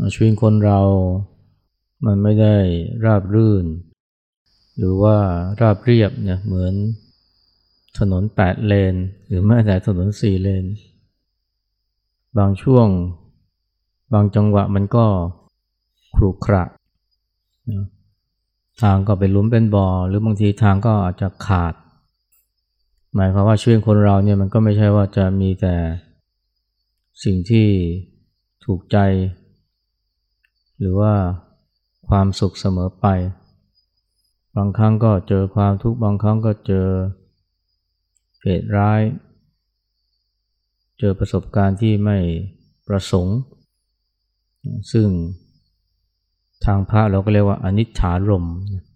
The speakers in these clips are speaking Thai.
ชีวิตคนเรามันไม่ได้ราบรื่นหรือว่าราบเรียบเนี่ยเหมือนถนน8เลนหรือแม้แต่ถนน4เลนบางช่วงบางจังหวะมันก็ขรุขระนะทางก็เป็นหลุมเป็นบ่อหรือบางทีทางก็อาจจะขาดหมายความว่าชีวิตคนเราเนี่ยมันก็ไม่ใช่ว่าจะมีแต่สิ่งที่ถูกใจหรือว่าความสุขเสมอไปบางครั้งก็เจอความทุกข์บางครั้งก็เจอเหตุร้ายเจอประสบการณ์ที่ไม่ประสงค์ซึ่งทางพระเราก็เรียกว่าอนิจฐารมณ์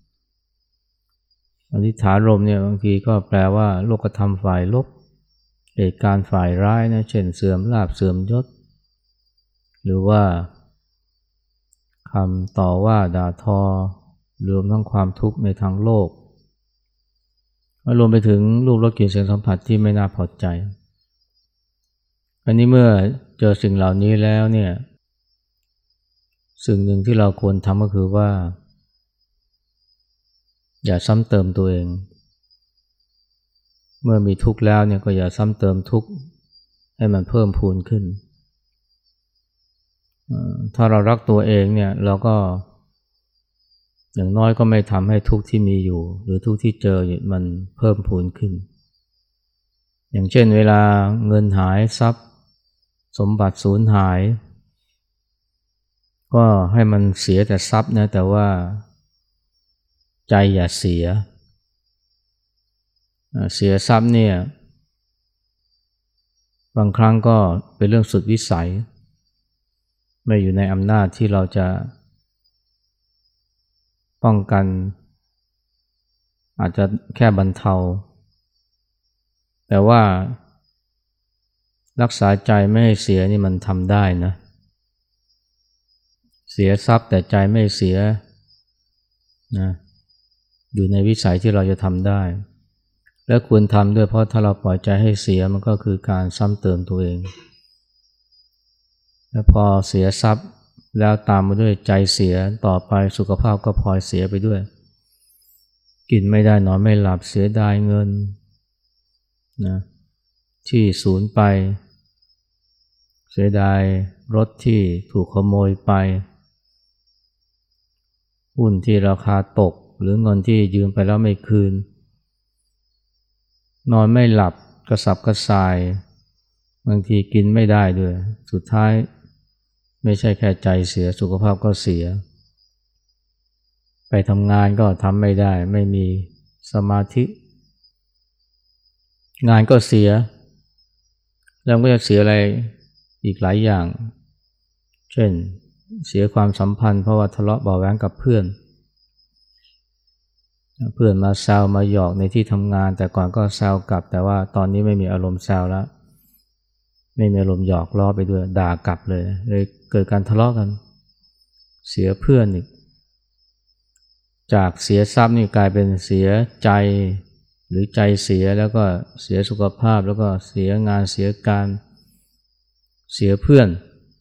อนิจฐารมณ์เนี่ยบางทีก็แปลว่าโลกธรรมฝ่ายลบเหตุการณ์ฝ่ายร้ายนะเช่นเสื่อมลาภเสื่อมยศหรือว่าคำต่อว่าด่าทอรวมทั้งความทุกข์ในทางโลกรวมไปถึงรูปรสกลิ่นเสียงสัมผัสที่ไม่น่าพอใจอันนี้เมื่อเจอสิ่งเหล่านี้แล้วเนี่ยสิ่งหนึ่งที่เราควรทำก็คือว่าอย่าซ้ำเติมตัวเองเมื่อมีทุกข์แล้วเนี่ยก็อย่าซ้ำเติมทุกข์ให้มันเพิ่มพูนขึ้นถ้าเรารักตัวเองเนี่ยเราก็อย่างน้อยก็ไม่ทำให้ทุกข์ที่มีอยู่หรือทุกข์ที่เจอมันเพิ่มพูนขึ้นอย่างเช่นเวลาเงินหายทรัพย์สมบัติสูญหายก็ให้มันเสียแต่ทรัพย์นะแต่ว่าใจอย่าเสียทรัพย์เนี่ยบางครั้งก็เป็นเรื่องสุดวิสัยไม่อยู่ในอำนาจที่เราจะป้องกันอาจจะแค่บรรเทาแต่ว่ารักษาใจไม่ให้เสียนี่มันทำได้นะเสียทรัพย์แต่ใจไม่เสียนะอยู่ในวิสัยที่เราจะทำได้และควรทำด้วยเพราะถ้าเราปล่อยใจให้เสียมันก็คือการซ้ำเติมตัวเองและพอเสียทรัพย์แล้วตามมาด้วยใจเสียต่อไปสุขภาพก็พลอยเสียไปด้วยกินไม่ได้นอนไม่หลับเสียดายเงินนะที่สูญไปเสียดายรถที่ถูกขโมยไปหุ้นที่ราคาตกหรือเงินที่ยืมไปแล้วไม่คืนนอนไม่หลับกระสับกระส่ายบางทีกินไม่ได้ด้วยสุดท้ายไม่ใช่แค่ใจเสียสุขภาพก็เสียไปทำงานก็ทำไม่ได้ไม่มีสมาธิงานก็เสียแล้วก็จะเสียอะไรอีกหลายอย่างเช่นเสียความสัมพันธ์เพราะว่าทะเลาะเบาะแว้งกับเพื่อนมาแซวมาหยอกในที่ทำงานแต่ก่อนก็แซวกลับแต่ว่าตอนนี้ไม่มีอารมณ์แซวแล้วไม่มีอารมณ์หยอกล้อไปด้วยด่ากลับเลยเกิดการทะเลาะกันเสียเพื่อนอีกจากเสียทรัพย์นี่กลายเป็นเสียใจหรือใจเสียแล้วก็เสียสุขภาพแล้วก็เสียงานเสียการเสียเพื่อน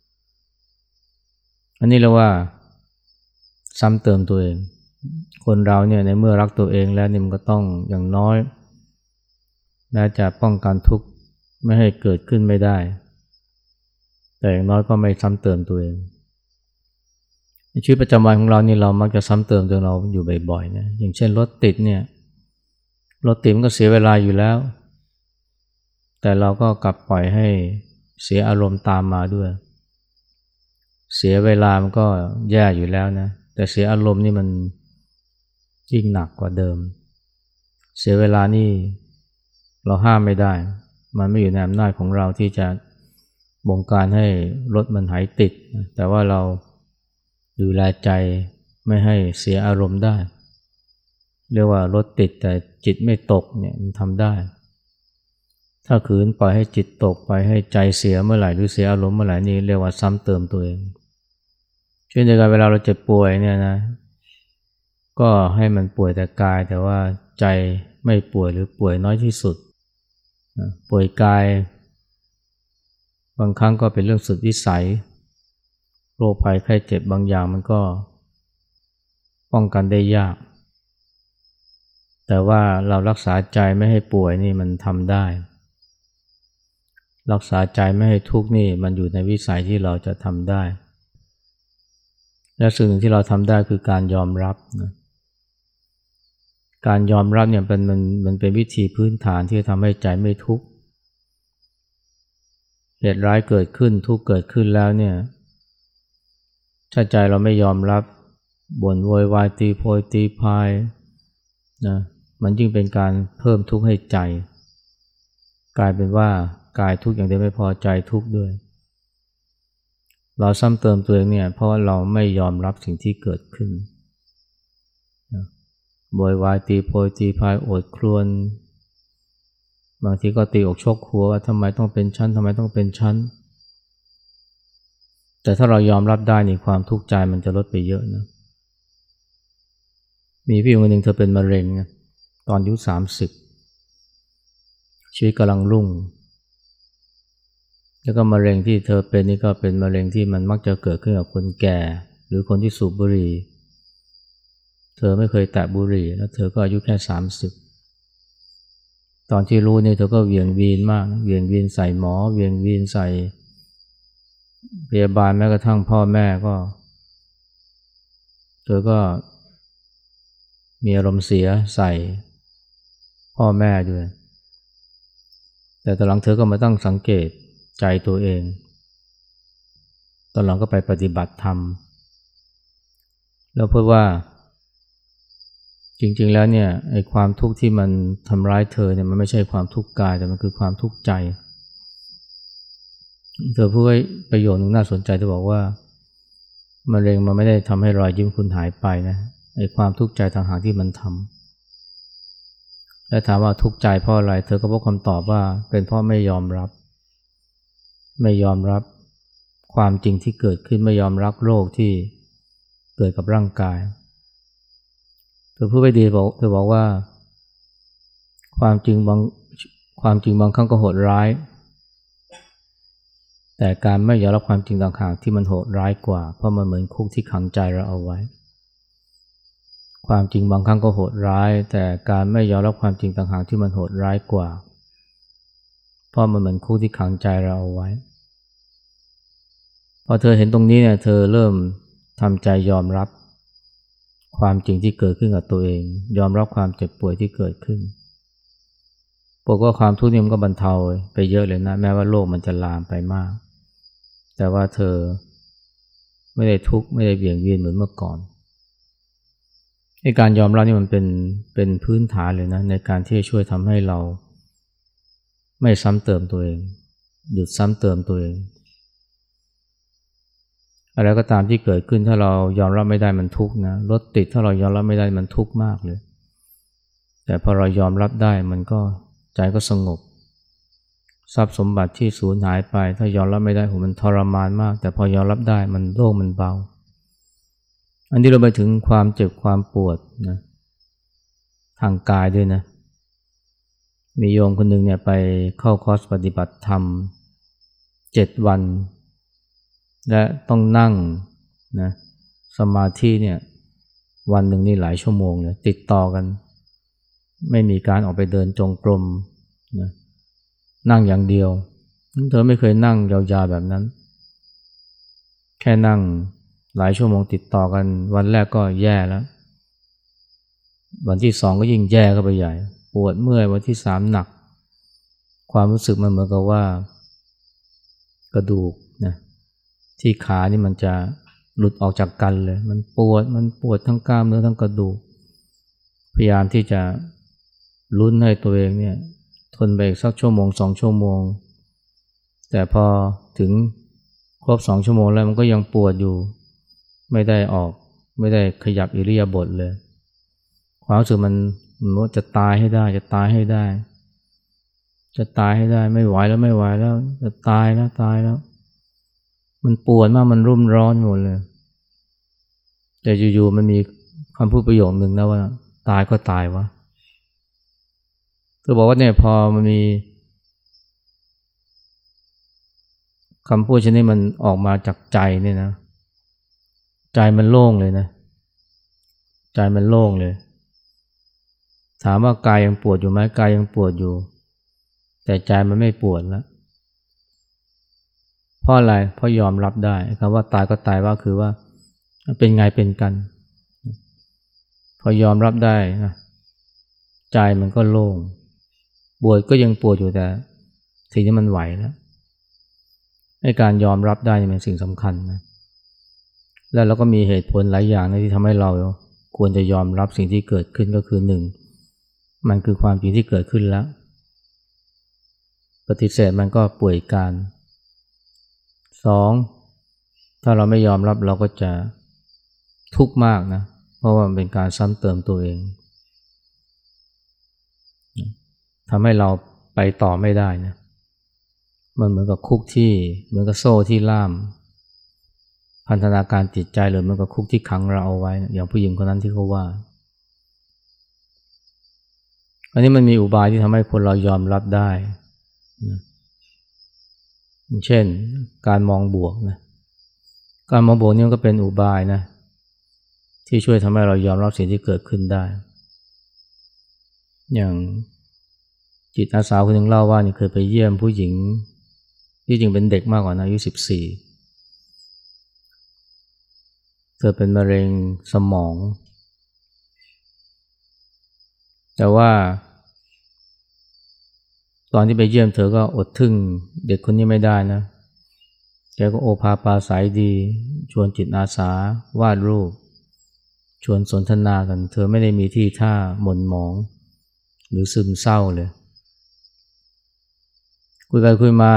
อันนี้เรียกว่าซ้ำเติมตัวเองคนเราเนี่ยในเมื่อรักตัวเองแล้วนี่มันก็ต้องอย่างน้อยแม้จะป้องกันทุกข์ไม่ให้เกิดขึ้นไม่ได้แต่อย่างน้อยก็ไม่ซ้ำเติมตัวเองในชีวิตประจำวันของเรานี่เรามักจะซ้ำเติมตัวเราอยู่บ่อยๆนะอย่างเช่นรถติดเนี่ยรถติดมันก็เสียเวลาอยู่แล้วแต่เราก็กลับปล่อยให้เสียอารมณ์ตามมาด้วยเสียเวลามันก็แย่อยู่แล้วนะแต่เสียอารมณ์นี่มันยิ่งหนักกว่าเดิมเสียเวลานี่เราห้ามไม่ได้มันไม่อยู่ในอำนาจของเราที่จะบงการให้รถมันหายติดแต่ว่าเราดูแลใจไม่ให้เสียอารมณ์ได้เรียกว่ารถติดแต่จิตไม่ตกเนี่ยมันทำได้ถ้าขืนปล่อยให้จิตตกไปให้ใจเสียเมื่อไหร่หรือเสียอารมณ์เมื่อไหร่นี่เรียกว่าซ้ำเติมตัวเองเช่นเดียวกันเวลาเราเจ็บป่วยเนี่ยนะก็ให้มันป่วยแต่กายแต่ว่าใจไม่ป่วยหรือป่วยน้อยที่สุดป่วยกายบางครั้งก็เป็นเรื่องสุดวิสัยโรคภัยไข้เจ็บบางอย่างมันก็ป้องกันได้ยากแต่ว่าเรารักษาใจไม่ให้ป่วยนี่มันทำได้รักษาใจไม่ให้ทุกข์นี่มันอยู่ในวิสัยที่เราจะทำได้และสิ่งหนึ่งที่เราทำได้คือการยอมรับนะการยอมรับเนี่ยมันเป็นวิธีพื้นฐานที่จะทำให้ใจไม่ทุกข์เหตุร้ายเกิดขึ้นทุกข์เกิดขึ้นแล้วเนี่ยถ้าใจเราไม่ยอมรับบ่นโวยวายตีโพยตีพายนะมันยิ่งเป็นการเพิ่มทุกข์ให้ใจกลายเป็นว่ากายทุกข์อย่างเดียวไม่พอใจทุกข์ด้วยเราซ้ำเติมตัวเองเนี่ยเพราะว่าเราไม่ยอมรับสิ่งที่เกิดขึ้นนะโวยวายตีโพยตีพายโอดครวญบางทีก็ตีอกชกหัวว่าทำไมต้องเป็นชั้นทำไมต้องเป็นชั้นแต่ถ้าเรายอมรับได้นี่ความทุกข์ใจมันจะลดไปเยอะนะมีพี่คนหนึ่งเธอเป็นมะเร็งนะตอนอายุ30ชีวิตกำลังรุ่งแล้วก็มะเร็งที่เธอเป็นนี่ก็เป็นมะเร็งที่มันมักจะเกิดขึ้นกับคนแก่หรือคนที่สูบบุหรี่เธอไม่เคยแตะบุหรี่แล้วเธอก็อายุแค่30ตอนที่รู้นี่เธอก็เหวี่ยงวีนมากเหวี่ยงวีนใส่หมอเหวี่ยงวีนใส่พยาบาลแม้กระทั่งพ่อแม่ก็เธอก็มีอารมณ์เสียใส่พ่อแม่ด้วยแต่ตอนหลังเธอก็มาตั้งสังเกตใจตัวเองตอนหลังก็ไปปฏิบัติธรรมแล้วพบว่าจริงๆแล้วเนี่ยไอ้ความทุกข์ที่มันทำร้ายเธอเนี่ยมันไม่ใช่ความทุกข์กายแต่มันคือความทุกข์ใจเธอพูดไว้ประโยชน์หนึ่งน่าสนใจเธอบอกว่ามะเร็งมันไม่ได้ทำให้รอยยิ้มคุณหายไปนะไอ้ความทุกข์ใจต่างหากที่มันทำและถามว่าทุกข์ใจเพราะอะไรเธอก็พบคำตอบว่าเป็นเพราะไม่ยอมรับความจริงที่เกิดขึ้นไม่ยอมรับโรคที่เกิดกับร่างกายเธอพูดไปดีเธอบอกว่าความจริงบางครั้งก็โหดร้ายแต่การไม่ยอมรับความจริงต่างหากที่มันโหดร้ายกว่าเพราะมันเหมือนคุกที่ขังใจเราเอาไว้ความจริงบางครั้งก็โหดร้ายแต่การไม่ยอมรับความจริงต่างหากที่มันโหดร้ายกว่าเพราะมันเหมือนคุกที่ขังใจเราเอาไว้พอเธอเห็นตรงนี้เนี่ยเธอเริ่มทำใจยอมรับความจริงที่เกิดขึ้นกับตัวเองยอมรับความเจ็บป่วยที่เกิดขึ้นบอกว่าความทุกข์นี่มันก็บรรเทาไปเยอะเลยนะแม้ว่าโรคมันจะลามไปมากแต่ว่าเธอไม่ได้ทุกข์ไม่ได้เบี่ยงเวียนเหมือนเมื่อก่อนในการยอมรับนี่มันเป็นพื้นฐานเลยนะในการที่จะช่วยทำให้เราไม่ซ้ำเติมตัวเองหยุดซ้ำเติมตัวเองอะไรก็ตามที่เกิดขึ้นถ้าเรายอมรับไม่ได้มันทุกข์นะรถติดถ้าเรายอมรับไม่ได้มันทุกข์มากเลยแต่พอเรายอมรับได้มันก็ใจก็สงบทรัพย์สมบัติที่สูญหายไปถ้ายอมรับไม่ได้มันทรมานมากแต่พอยอมรับได้มันโล่งมันเบาอันนี้เราไปถึงความเจ็บความปวดนะทางกายด้วยนะมีโยมคนหนึ่งเนี่ยไปเข้าคอร์สปฏิบัติธรรม7 วันและต้องนั่งนะสมาธิเนี่ยวันหนึ่งนี่หลายชั่วโมงเลยติดต่อกันไม่มีการออกไปเดินจงกรมนะนั่งอย่างเดียวเธอไม่เคยนั่งยาวๆแบบนั้นแค่นั่งหลายชั่วโมงติดต่อกันวันแรกก็แย่แล้ววันที่2ก็ยิ่งแย่เข้าไปใหญ่ปวดเมื่อยวันที่3หนักความรู้สึกมันเหมือนกับว่ากระดูกนะที่ขานี่มันจะหลุดออกจากกันเลยมันปวดทั้งกล้ามเนื้อทั้งกระดูกพยายามที่จะลุ้นให้ตัวเองเนี่ยทนไปอีกสักชั่วโมง2 ชั่วโมงแต่พอถึงครบ2 ชั่วโมงแล้วมันก็ยังปวดอยู่ไม่ได้ขยับอิริยาบถเลยความรู้สึกมันว่าจะตายให้ได้จะตายให้ได้ไม่ไหวแล้วจะตายแล้วมันปวดมากมันรุ่มร้อนหมดเลยแต่อยู่ๆมันมีคำพูดประโยคนึงนะว่าตายก็ตายวะเธอบอกว่าเนี่ยพอมันมีคำพูดชนิดมันออกมาจากใจเนี่ยนะใจมันโล่งเลยนะใจมันโล่งเลยถามว่ากายยังปวดอยู่ไหมกายยังปวดอยู่แต่ใจมันไม่ปวดแล้วเพราะอะไรเพราะยอมรับได้คำว่าตายก็ตายว่าคือว่าเป็นไงเป็นกันพอยอมรับได้นะใจมันก็โล่งปวดก็ยังปวดอยู่แต่ทีนี้มันไหวแล้วให้การยอมรับได้นี่เป็นสิ่งสำคัญนะแล้วเราก็มีเหตุผลหลายอย่างนะที่ทำให้เราควรจะยอมรับสิ่งที่เกิดขึ้นก็คือหนึ่งมันคือความจริงที่เกิดขึ้นแล้วปฏิเสธมันก็ป่วยการสองถ้าเราไม่ยอมรับเราก็จะทุกข์มากนะเพราะว่ามันเป็นการซ้ำเติมตัวเองทำให้เราไปต่อไม่ได้นะมันเหมือนกับคุกที่เหมือนกับโซ่ที่ล่ามพันธนาการจิตใจหรือเหมือนกับคุกที่ขังเราเอาไว้อย่างผู้หญิงคนนั้นที่เขาว่าอันนี้มันมีอุบายที่ทำให้คนเรายอมรับได้นะเช่นการมองบวกนะการมองบวกนี่มันก็เป็นอุบายนะที่ช่วยทำให้เรายอมรับสิ่งที่เกิดขึ้นได้อย่างจิตอาสาคนหนึ่งเล่าว่านี่เคยไปเยี่ยมผู้หญิงที่จริงเป็นเด็กมากกว่านะอายุ14เธอเป็นมะเร็งสมองแต่ว่าตอนที่ไปเยี่ยมเธอก็อดทึ่งเด็กคนนี้ไม่ได้นะแกก็โอภาปราศัยดีชวนจิตอาสาวาดรูปชวนสนทนากันเธอไม่ได้มีที่ท่าหม่นหมองหรือซึมเศร้าเลยคุยไปคุยมา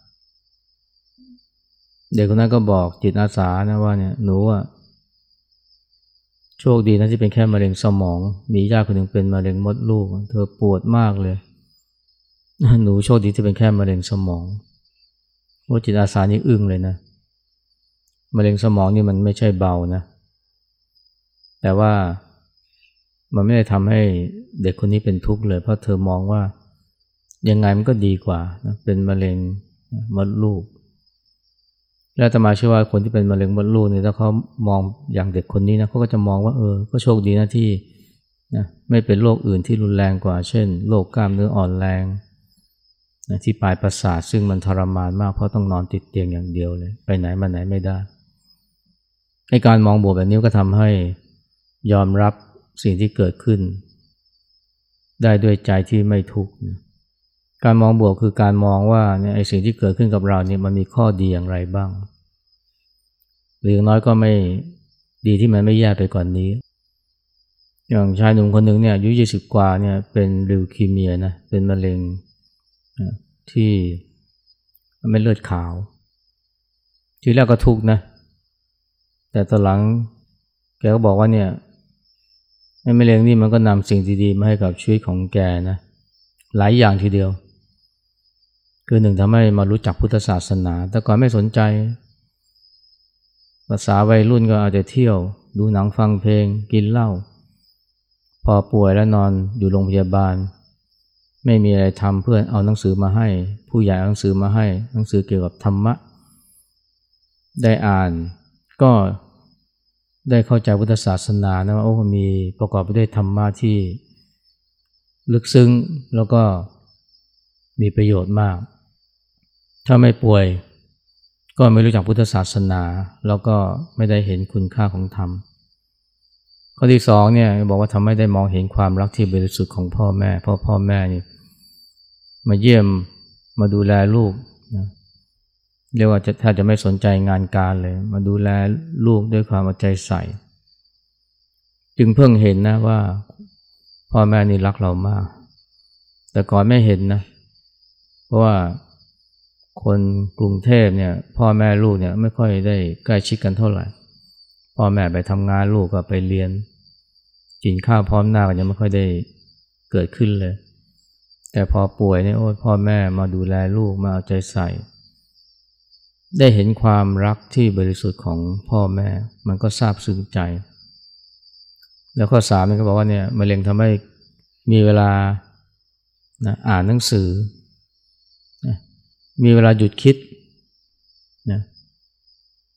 เด็กคนนั้นก็บอกจิตอาสานะว่าเนี่ยหนูอ่ะโชคดีนะที่เป็นแค่มะเร็งสมองมีญาติคนหนึ่งเป็นมะเร็งมดลูกเธอปวดมากเลยหนูโชคดีที่เป็นแค่มะเร็งสมองว่าจิตอาสานี่อึ้งเลยนะมะเร็งสมองนี่มันไม่ใช่เบานะแต่ว่ามันไม่ได้ทำให้เด็กคนนี้เป็นทุกข์เลยเพราะเธอมองว่ายังไงมันก็ดีกว่านะเป็นมะเร็งมดลูกและอาตมาเชื่อว่าคนที่เป็นมะเร็งมดลูกเนี่ยถ้าเขามองอย่างเด็กคนนี้นะเขาก็จะมองว่าก็โชคดีนะที่นะไม่เป็นโรคอื่นที่รุนแรงกว่าเช่นโรคกล้ามเนื้ออ่อนแรงนะที่ปลายประสาทซึ่งมันทรมานมากเพราะต้องนอนติดเตียงอย่างเดียวเลยไปไหนมาไหนไม่ได้ในการมองบวกแบบนี้ก็ทำให้ยอมรับสิ่งที่เกิดขึ้นได้ด้วยใจที่ไม่ทุกข์นะการมองบวกคือการมองว่าเนี่ยไอ้สิ่งที่เกิดขึ้นกับเราเนี่ยมันมีข้อดีอย่างไรบ้างหรืออย่างน้อยก็ไม่ดีที่มันไม่แย่ไปกว่านนี้อย่างชายหนุ่มคนหนึ่งเนี่ยอายุ20กว่าเนี่ยเป็นลิวคีเมียนะเป็นมะเร็งที่เม็ดเลือดขาวทีแรกก็ทุกข์นะแต่ตอนหลังแกก็บอกว่าเนี่ยไอ้มะเร็งนี่มันก็นำสิ่งดีๆมาให้กับชีวิตของแกนะหลายอย่างทีเดียวคือหนึ่งทำให้มารู้จักพุทธศาสนาแต่ก่อนไม่สนใจภาษาวัยรุ่นก็เอาแต่เที่ยวดูหนังฟังเพลงกินเหล้าพอป่วยแล้วนอนอยู่โรงพยาบาลไม่มีอะไรทำเพื่อนเอาหนังสือมาให้ผู้ใหญ่เอาหนังสือมาให้หนังสือเกี่ยวกับธรรมะได้อ่านก็ได้เข้าใจพุทธศาสนานะว่ามีประกอบไปด้วยธรรมะที่ลึกซึ้งแล้วก็มีประโยชน์มากถ้าไม่ป่วยก็ไม่รู้จักพุทธศาสนาแล้วก็ไม่ได้เห็นคุณค่าของธรรมข้อที่สองเนี่ยบอกว่าทำให้ได้มองเห็นความรักที่บริสุทธิ์ของพ่อแม่เพราะพ่อแม่นี่มาเยี่ยมมาดูแลลูกนะเรียกว่าถ้าจะไม่สนใจงานการเลยมาดูแลลูกด้วยความเอาใจใส่จึงเพิ่งเห็นนะว่าพ่อแม่นี่รักเรามากแต่ก่อนไม่เห็นนะเพราะว่าคนกรุงเทพเนี่ยพ่อแม่ลูกเนี่ยไม่ค่อยได้ใกล้ชิดกันเท่าไหร่พ่อแม่ไปทำงานลูกก็ไปเรียนกินข้าวพร้อมหน้ากันยังไม่ค่อยได้เกิดขึ้นเลยแต่พอป่วยเนี่ยพ่อแม่มาดูแลลูกมาเอาใจใส่ได้เห็นความรักที่บริสุทธิ์ของพ่อแม่มันก็ซาบซึ้งใจแล้วข้อ3นี่ก็บอกว่าเนี่ยมะเร็งทำให้มีเวลานะอ่านหนังสือนะมีเวลาหยุดคิดนะ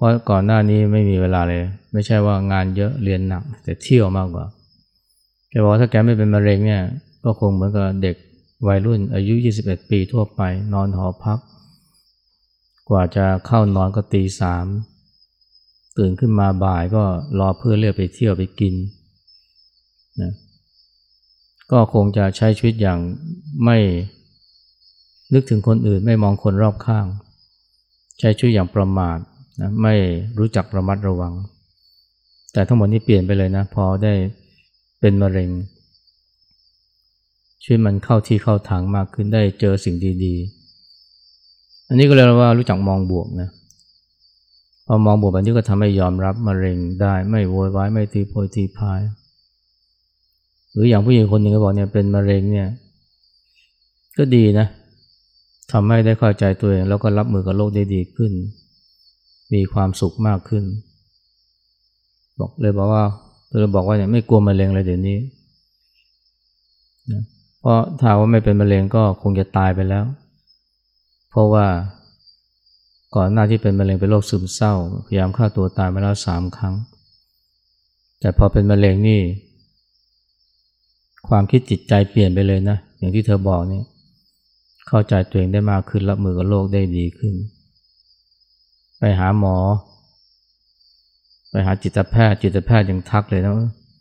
ราะก่อนหน้านี้ไม่มีเวลาเลยไม่ใช่ว่างานเยอะเรียนหนักแต่เที่ยวมากกว่าแกบอกว่าถ้าแกไม่เป็นมะเร็งเนี่ยก็คงเหมือนกับเด็กวัยรุ่นอายุ21ปีทั่วไปนอนหอพักกว่าจะเข้านอนก็ตีสามตื่นขึ้นมาบ่ายก็รอเพื่อนเรียกไปเที่ยวไปกินนะก็คงจะใช้ชีวิตอย่างไม่นึกถึงคนอื่นไม่มองคนรอบข้างใช้ชีวิตอย่างประมาทนะไม่รู้จักระมัดระวังแต่ทั้งหมดนี้เปลี่ยนไปเลยนะพอได้เป็นมะเร็งชีวิตมันเข้าที่เข้าทางมากขึ้นได้เจอสิ่งดีๆอันนี้ก็เรียกว่ารู้จักมองบวกนะพอมองบวกแบบนี้ก็ทำให้ยอมรับมะเร็งได้ไม่โวยวายไม่ตีโพยตีพายหรืออย่างผู้หญิงคนหนึ่งก็บอกเนี่ยเป็นมะเร็งเนี่ยก็ดีนะทำให้ได้เข้าใจตัวเองแล้วก็รับมือกับโลกได้ดีขึ้นมีความสุขมากขึ้นบอกว่าเนี่ยไม่กลัวมะเร็งเลยเดี๋ยวนี้นะเพราะถ้าว่าไม่เป็นมะเร็งก็คงจะตายไปแล้วเพราะว่าก่อนหน้าที่เป็นมะเร็งเป็นโรคซึมเศร้าพยายามฆ่าตัวตายมาแล้ว3 ครั้งแต่พอเป็นมะเร็งนี่ความคิดจิตใจเปลี่ยนไปเลยนะอย่างที่เธอบอกเนี่ยเข้าใจตัวเองได้มากขึ้นรับมือกับโลกได้ดีขึ้นไปหาหมอไปหาจิตแพทย์ยังทักเลยนะ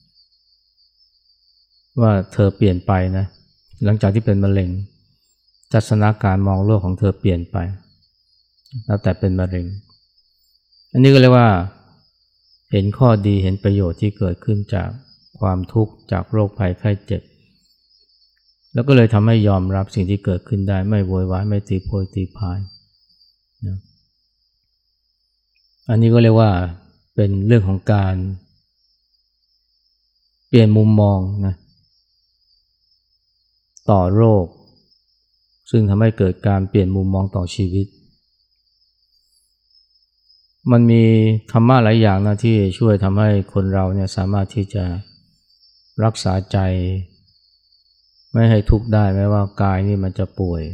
ว่าเธอเปลี่ยนไปนะหลังจากที่เป็นมะเร็งทัศนคติมองโลกของเธอเปลี่ยนไปแล้วแต่เป็นมะเร็งอันนี้ก็เรียกว่าเห็นข้อดีเห็นประโยชน์ที่เกิดขึ้นจากความทุกข์จากโรคภัยไข้เจ็บแล้วก็เลยทำให้ยอมรับสิ่งที่เกิดขึ้นได้ไม่โวยวายไม่ตีโพยตีพายนะอันนี้ก็เรียกว่าเป็นเรื่องของการเปลี่ยนมุมมองนะต่อโรคซึ่งทำให้เกิดการเปลี่ยนมุมมองต่อชีวิตมันมีธรรมะหลายอย่างนะที่ช่วยทำให้คนเราเนี่ยสามารถที่จะรักษาใจไม่ให้ทุกข์ได้แม้ว่ากายนี่มันจะป่วย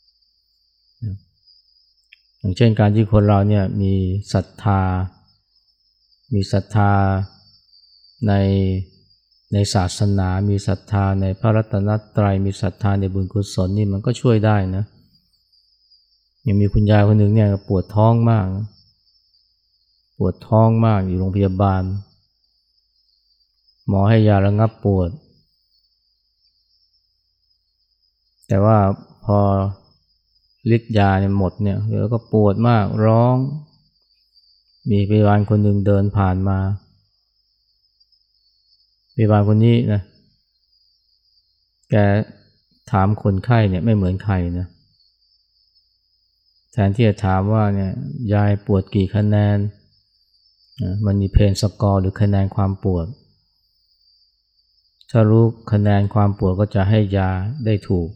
อย่างเช่นการที่คนเราเนี่ยมีศรัทธาในศาสนามีศรัทธาในพระรัตนตรัยมีศรัทธาในบุญกุศลนี่มันก็ช่วยได้นะยังมีคุณยายคนหนึ่งเนี่ยปวดท้องมากอยู่โรงพยาบาลหมอให้ยาระงับปวดแต่ว่าพอฤทธิ์ยาเนี่ยหมดเนี่ยแล้วก็ปวดมากร้องมีพยาบาลคนหนึ่งเดินผ่านมาพยาบาลคนนี้นะแกถามคนไข้เนี่ยไม่เหมือนใครนะแทนที่จะถามว่าเนี่ยยายปวดกี่คะแนนมันมีเพนสกอร์หรือคะแนนความปวดถ้ารู้คะแนนความปวดก็จะให้ยาได้ถูก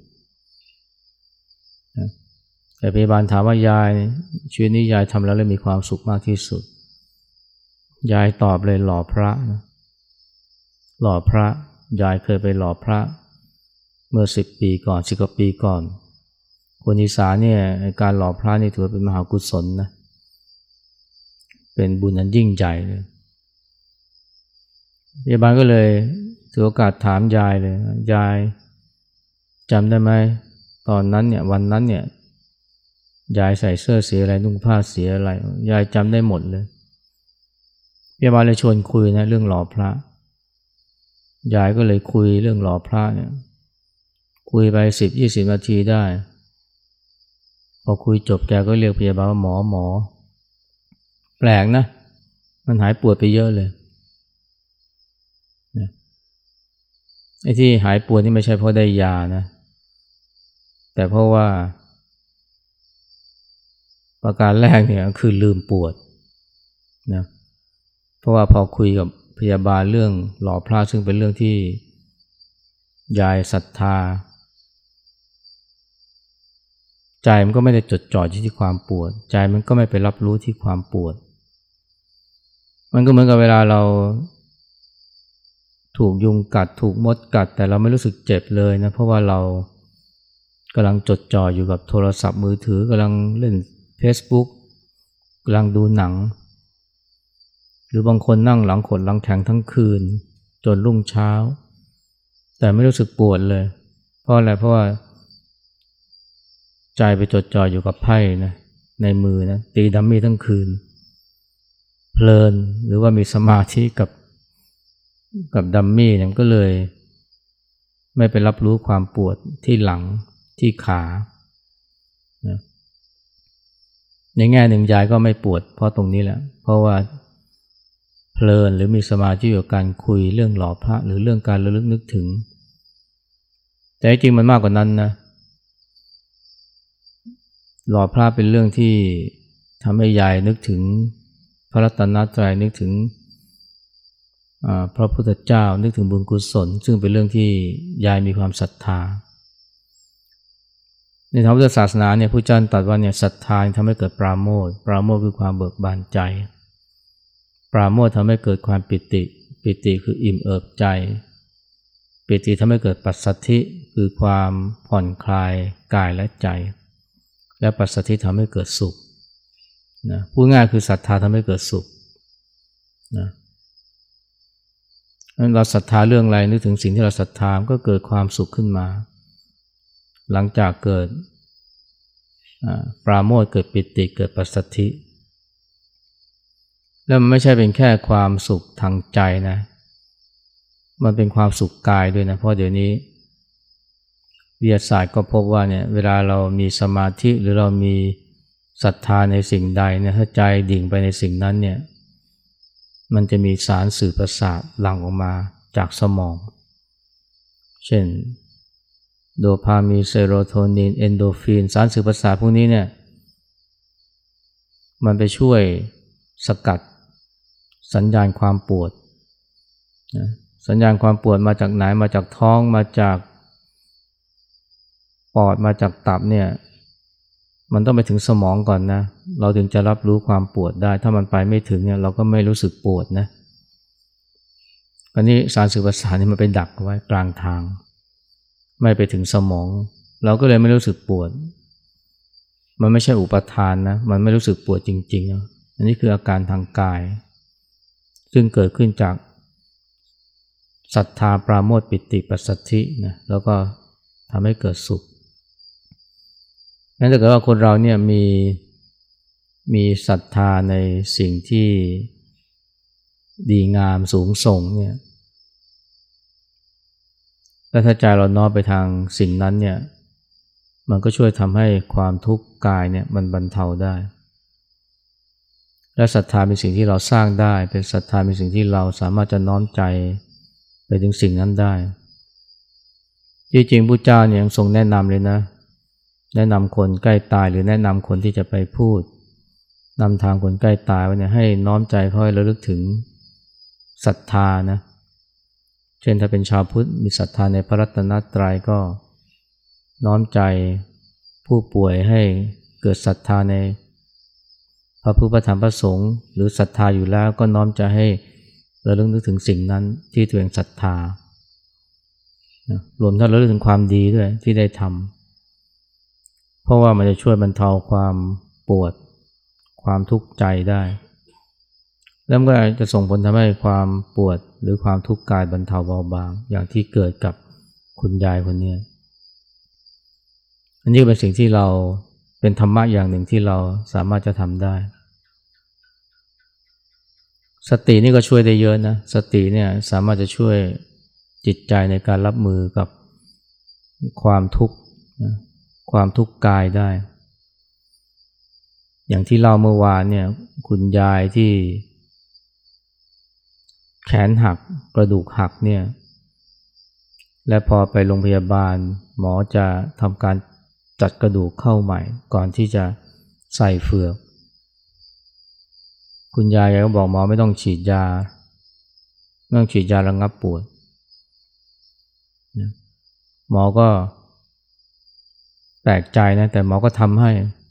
แต่พยาบาลถามว่ายายชีวิตนี้ยายทำแล้วมีความสุขมากที่สุดยายตอบเลยหล่อพระนะหล่อพระยายเคยไปหล่อพระเมื่อ10 ปีก่อน10 กว่าปีก่อนคนอีสานเนี่ยการหล่อพระนี่ถือเป็นมหากุศลนะเป็นบุญอันยิ่งใหญ่เลยพยาบาลก็เลยถือโอกาสถามยายเลยยายจำได้ไหมตอนนั้นเนี่ยวันนั้นเนี่ยยายใส่เสื้อสีอะไรนุ่งผ้าสีอะไรยายจำได้หมดเลยพยาบาลเลยชวนคุยนะเรื่องหล่อพระยายก็เลยคุยเรื่องหล่อพระเนี่ยคุยไป10-20 นาทีได้พอคุยจบแกก็เรียกพยาบาลว่าหมอแปลกนะมันหายปวดไปเยอะเลยนะไอ้ที่หายปวดนี่ไม่ใช่เพราะได้ยานะแต่เพราะว่าประการแรกเนี่ยคือลืมปวดนะเพราะว่าพอคุยกับพยาบาลเรื่องหล่อพระซึ่งเป็นเรื่องที่ยายศรัทธาใจมันก็ไม่ได้จดจ่อที่ความปวดใจมันก็ไม่ไปรับรู้ที่ความปวดมันก็เหมือนกับเวลาเราถูกยุงกัดถูกมดกัดแต่เราไม่รู้สึกเจ็บเลยนะเพราะว่าเรากำลังจดจ่ออยู่กับโทรศัพท์มือถือกำลังเล่น Facebook กำลังดูหนังหรือบางคนนั่งหลังขดหลังแข็งทั้งคืนจนรุ่งเช้าแต่ไม่รู้สึกปวดเลยเพราะอะไรเพราะว่าใจไปจดจ่ออยู่กับไพ่นะในมือนะตีดัมมี่ทั้งคืนเพลินหรือว่ามีสมาธิกับดัมมี่เนี่ยก็เลยไม่ไปรับรู้ความปวดที่หลังที่ขานะในแง่หนึ่งยายก็ไม่ปวดเพราะตรงนี้แหละเพราะว่าเพลินหรือมีสมาธิกับการคุยเรื่องหล่อพระหรือเรื่องการระลึกนึกถึงแต่จริงมันมากกว่านั้นนะหล่อพระเป็นเรื่องที่ทำให้ยายนึกถึงพระรัตนตรัยนึกถึงพระพุทธเจ้านึกถึงบุญกุศลซึ่งเป็นเรื่องที่ยายมีความศรัทธาในทางพุทธศาสนาเนี่ยพระเจ้าตรัสว่าเนี่ยศรัทธาทำให้เกิดปราโมทย์ปราโมทย์คือความเบิกบานใจปราโมทย์ทำให้เกิดความปิติปิติคืออิ่มเอิบใจปิติทำให้เกิดปัสสัทธิคือความผ่อนคลายกายและใจและปัสสัทธิทำให้เกิดสุขนะพูดง่ายคือศรัทธาทำให้เกิดสุขนะเราศรัทธาเรื่องอะไรนึกถึงสิ่งที่เราศรัทธาก็เกิดความสุขขึ้นมาหลังจากเกิดปราโมทย์เกิดปิติเกิดปัสสัทธิแล้วมันไม่ใช่เป็นแค่ความสุขทางใจนะมันเป็นความสุขกายด้วยนะเพราะเดี๋ยวนี้วิทยาศาสตร์ก็พบว่าเนี่ยเวลาเรามีสมาธิหรือเรามีศรัทธาในสิ่งใดเนี่ยถ้าใจดิ่งไปในสิ่งนั้นเนี่ยมันจะมีสารสื่อประสาทหลั่งออกมาจากสมองเช่นโดพามีนเซโรโทนินเอนโดฟินสารสื่อประสาทพวกนี้เนี่ยมันไปช่วยสกัดสัญญาณความปวดนะสัญญาณความปวดมาจากไหนมาจากท้องมาจากปอดมาจากตับเนี่ยมันต้องไปถึงสมองก่อนนะเราถึงจะรับรู้ความปวดได้ถ้ามันไปไม่ถึงเนี่ยเราก็ไม่รู้สึกปวดนะอันนี้สารสื่อประสาทนี่มันไปดักไว้กลางทางไม่ไปถึงสมองเราก็เลยไม่รู้สึกปวดมันไม่ใช่อุปทานนะมันไม่รู้สึกปวดจริงๆนะอันนี้คืออาการทางกายซึ่งเกิดขึ้นจากศรัทธาปราโมทย์ปิติปัสสัทธินะแล้วก็ทำให้เกิดสุขงั้นถ้าเกิดว่าคนเราเนี่ยมีศรัทธาในสิ่งที่ดีงามสูงส่งเนี่ยและถ้าใจเราน้อมไปทางสิ่งนั้นเนี่ยมันก็ช่วยทำให้ความทุกข์กายเนี่ยมันบรรเทาได้และศรัทธาเป็นสิ่งที่เราสร้างได้เป็นศรัทธาเป็นสิ่งที่เราสามารถจะน้อมใจไปถึงสิ่งนั้นได้จริงๆพุทธเจ้าเนี่ยยังทรงแนะนำเลยนะแนะนำคนใกล้ตายหรือแนะนำคนที่จะไปพูดนำทางคนใกล้ตายไว้เนี่ยให้น้อมใจเขาให้ระลึกถึงศรัทธานะเช่นถ้าเป็นชาวพุทธมีศรัทธาในพระรัตนตรัยก็น้อมใจผู้ป่วยให้เกิดศรัทธาในพระพุทธธรรมพระสงฆ์หรือศรัทธาอยู่แล้วก็น้อมใจให้ระลึกนึกถึงสิ่งนั้นที่ตัวเองศรัทธารวมทั้งระลึกถึงความดีด้วยที่ได้ทำเพราะว่ามันจะช่วยบรรเทาความปวดความทุกข์ใจได้แล้วก็จะส่งผลทำให้ความปวดหรือความทุกข์กายบรรเทาเบาบางอย่างที่เกิดกับคุณยายคนนี้อันนี้เป็นสิ่งที่เราเป็นธรรมะอย่างหนึ่งที่เราสามารถจะทำได้สตินี่ก็ช่วยได้เยอะนะสติเนี่ยสามารถจะช่วยจิตใจในการรับมือกับความทุกข์ความทุกข์กายได้อย่างที่เล่าเมื่อวานเนี่ยคุณยายที่แขนหักกระดูกหักเนี่ยและพอไปโรงพยาบาลหมอจะทำการจัดกระดูกเข้าใหม่ก่อนที่จะใส่เฟือกคุณยายก็บอกหมอไม่ต้องฉีดยาระงับปวดหมอก็แปลกใจนะแต่หมอก็ทำให้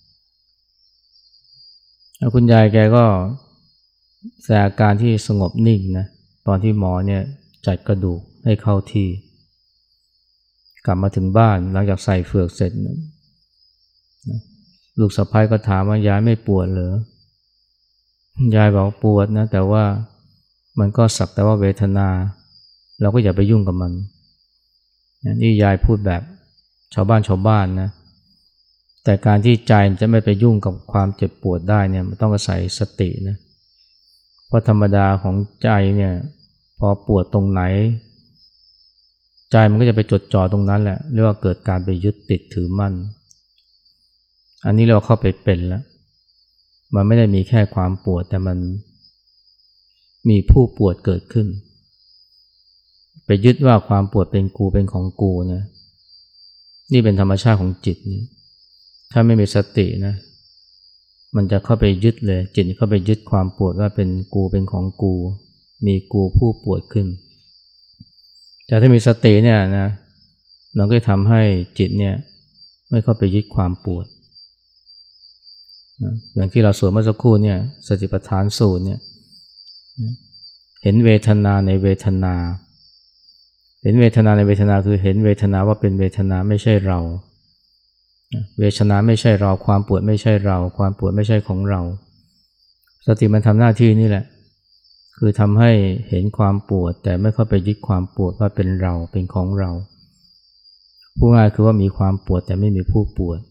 แล้วคุณยายแกก็แสดงอาการที่สงบนิ่งนะตอนที่หมอเนี่ยจัดกระดูกให้เข้าที่กลับมาถึงบ้านหลังจากใส่เฟือกเสร็จลูกสะใภ้ก็ถามว่ายายไม่ปวดเหรอยายบอกปวดนะแต่ว่ามันก็สักแต่ว่าเวทนาเราก็อย่าไปยุ่งกับมันนี่ยายพูดแบบชาวบ้านนะแต่การที่ใจจะไม่ไปยุ่งกับความเจ็บปวดได้เนี่ยมันต้องอาศัยสตินะเพราะธรรมดาของใจเนี่ยพอปวดตรงไหนใจมันก็จะไปจดจ่อตรงนั้นแหละเรียกว่าเกิดการไปยึดติดถือมั่นอันนี้เราเข้าไปเป็นแล้วมันไม่ได้มีแค่ความปวดแต่มันมีผู้ปวดเกิดขึ้นไปยึดว่าความปวดเป็นกูเป็นของกูนะนี่เป็นธรรมชาติของจิตนี่ถ้าไม่มีสตินะมันจะเข้าไปยึดเลยจิตเข้าไปยึดความปวดว่าเป็นกูเป็นของกูมีกูผู้ปวดขึ้นแต่ถ้ามีสติเนี่ยนะเราก็ทำให้จิตเนี่ยไม่เข้าไปยึดความปวดนะอย่างที่เราสวดเมื่อสักครู่เนี่ยสติปัฏฐานสูตรเนี่ยเห็นเวทนาในเวทนาเห็นเวทนาในเวทนาคือเห็นเวทนาว่าเป็นเวทนาไม่ใช่เราเวทนาไม่ใช่เราความปวดไม่ใช่เราความปวดไม่ใช่ของเราสติมันทำหน้าที่นี่แหละคือทำให้เห็นความปวดแต่ไม่เข้าไปยึดความปวดว่าเป็นเราเป็นของเราพูดง่ายคือว่ามีความปวดแต่ไม่มีผู้ปวด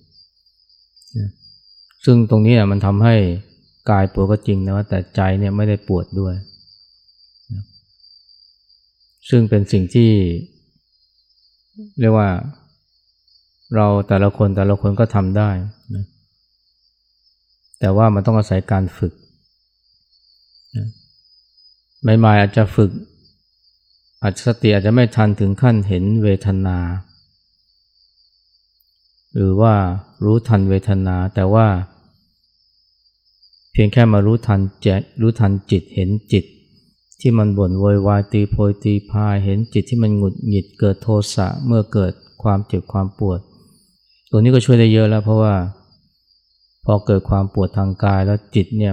ซึ่งตรงนี้มันทำให้กายปวดก็จริงนะว่าแต่ใจเนี่ยไม่ได้ปวดด้วยซึ่งเป็นสิ่งที่เรียกว่าเราแต่ละคนก็ทำได้นะแต่ว่ามันต้องอาศัยการฝึกนะใหม่ๆอาจจะฝึกอาจสติอาจจะไม่ทันถึงขั้นเห็นเวทนาหรือว่ารู้ทันเวทนาแต่ว่าเพียงแค่มารู้ทันจิตเห็นจิตที่มันบ่นโวยวายตีโพยตีพายเห็นจิตที่มันหงุดหงิดเกิดโทสะเมื่อเกิดความเจ็บความปวดตัวนี้ก็ช่วยได้เยอะแล้วเพราะว่าพอเกิดความปวดทางกายแล้วจิตเนี่ย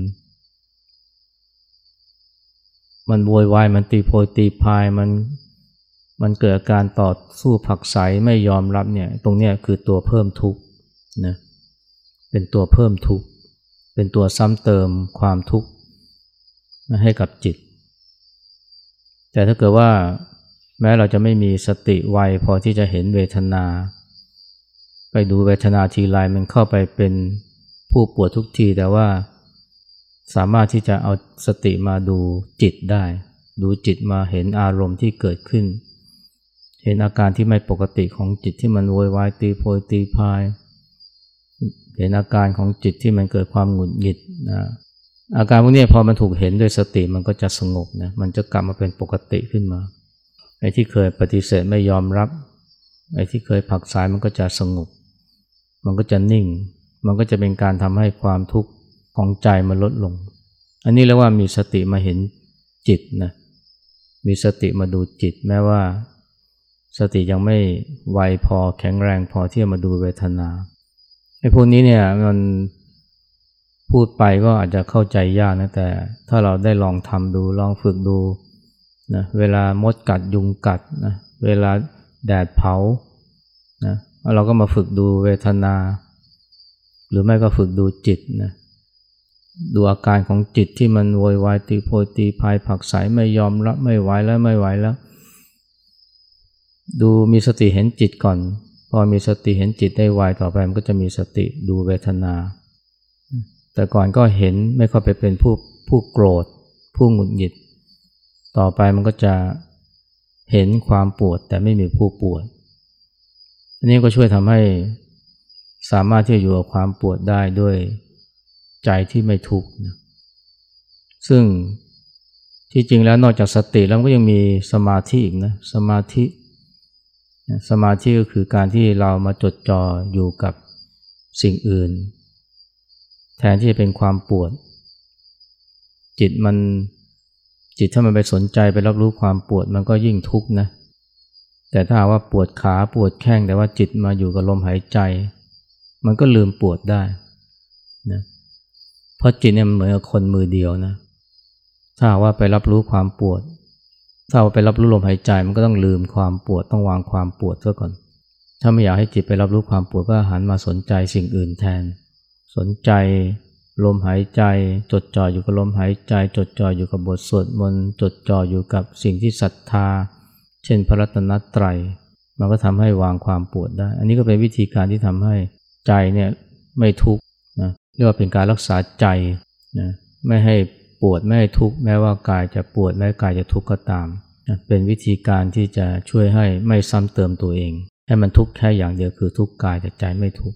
มันโวยวายมันตีโพยตีพายมันเกิดอาการต่อสู้ผลักไสไม่ยอมรับเนี่ยตรงเนี้ยคือตัวเพิ่มทุกข์นะเป็นตัวเพิ่มทุกข์เป็นตัวซ้ำเติมความทุกข์ให้กับจิตแต่ถ้าเกิดว่าแม้เราจะไม่มีสติไวพอที่จะเห็นเวทนาไปดูเวทนาทีไรมันเข้าไปเป็นผู้ปวดทุกทีแต่ว่าสามารถที่จะเอาสติมาดูจิตได้ดูจิตมาเห็นอารมณ์ที่เกิดขึ้นเห็นอาการที่ไม่ปกติของจิตที่มันโวยวายตีโพยตีพายเห็นอาการของจิตที่มันเกิดความหงุดหงิดนะอาการพวกนี้พอมันถูกเห็นด้วยสติมันก็จะสงบนะมันจะกลับมาเป็นปกติขึ้นมาไอ้ที่เคยปฏิเสธไม่ยอมรับไอ้ที่เคยผลักไสมันก็จะสงบมันก็จะนิ่งมันก็จะเป็นการทำให้ความทุกข์ของใจมันลดลงอันนี้เรียกว่ามีสติมาเห็นจิตนะมีสติมาดูจิตแม้ว่าสติยังไม่ไวพอแข็งแรงพอที่จะมาดูเวทนาไอ้พวกนี้เนี่ยมันพูดไปก็อาจจะเข้าใจยากนะแต่ถ้าเราได้ลองทำดูลองฝึกดูนะเวลามดกัดยุงกัดนะเวลาแดดเผานะเราก็มาฝึกดูเวทนาหรือไม่ก็ฝึกดูจิตนะดูอาการของจิตที่มันโวยวายตีโพยตีพายผลักไสไม่ยอมรับไม่ไหวแล้วดูมีสติเห็นจิตก่อนพอมีสติเห็นจิตได้ไวต่อไปมันก็จะมีสติดูเวทนาแต่ก่อนก็เห็นไม่เข้าไปเป็นผู้โกรธผู้หงุดหงิดต่อไปมันก็จะเห็นความปวดแต่ไม่มีผู้ปวดอันนี้ก็ช่วยทำให้สามารถที่จะอยู่กับความปวดได้ด้วยใจที่ไม่ทุกข์นะซึ่งที่จริงแล้วนอกจากสติแล้วก็ยังมีสมาธิอีกนะสมาธิก็คือการที่เรามาจดจ่ออยู่กับสิ่งอื่นแทนที่จะเป็นความปวดจิตถ้ามันไปสนใจไปรับรู้ความปวดมันก็ยิ่งทุกข์นะแต่ถ้าว่าปวดขาปวดแข้งแต่ว่าจิตมาอยู่กับลมหายใจมันก็ลืมปวดได้นะเพราะจิตเนี่ยมันเหมือนกับคนมือเดียวนะถ้าว่าไปรับรู้ความปวดถ้าว่าไปรับรู้ลมหายใจมันก็ต้องลืมความปวดต้องวางความปวดซะก่อนถ้าไม่อยากให้จิตไปรับรู้ความปวดก็หันมาสนใจสิ่งอื่นแทนสนใจลมหายใจจดจ่ออยู่กับลมหายใจจดจ่ออยู่กับบทสวดมนต์จดจ่ออยู่กับสิ่งที่ศรัทธาเช่นพระรัตนตรัยมันก็ทำให้วางความปวดได้อันนี้ก็เป็นวิธีการที่ทำให้ใจเนี่ยไม่ทุกข์นะเรียกว่าเป็นการรักษาใจนะไม่ให้ปวดไม่ให้ทุกข์แม้ว่ากายจะปวดแม้กายจะทุกข์ก็ตามนะเป็นวิธีการที่จะช่วยให้ไม่ซ้ำเติมตัวเองให้มันทุกข์แค่อย่างเดียวคือทุกข์กายแต่ใจไม่ทุกข์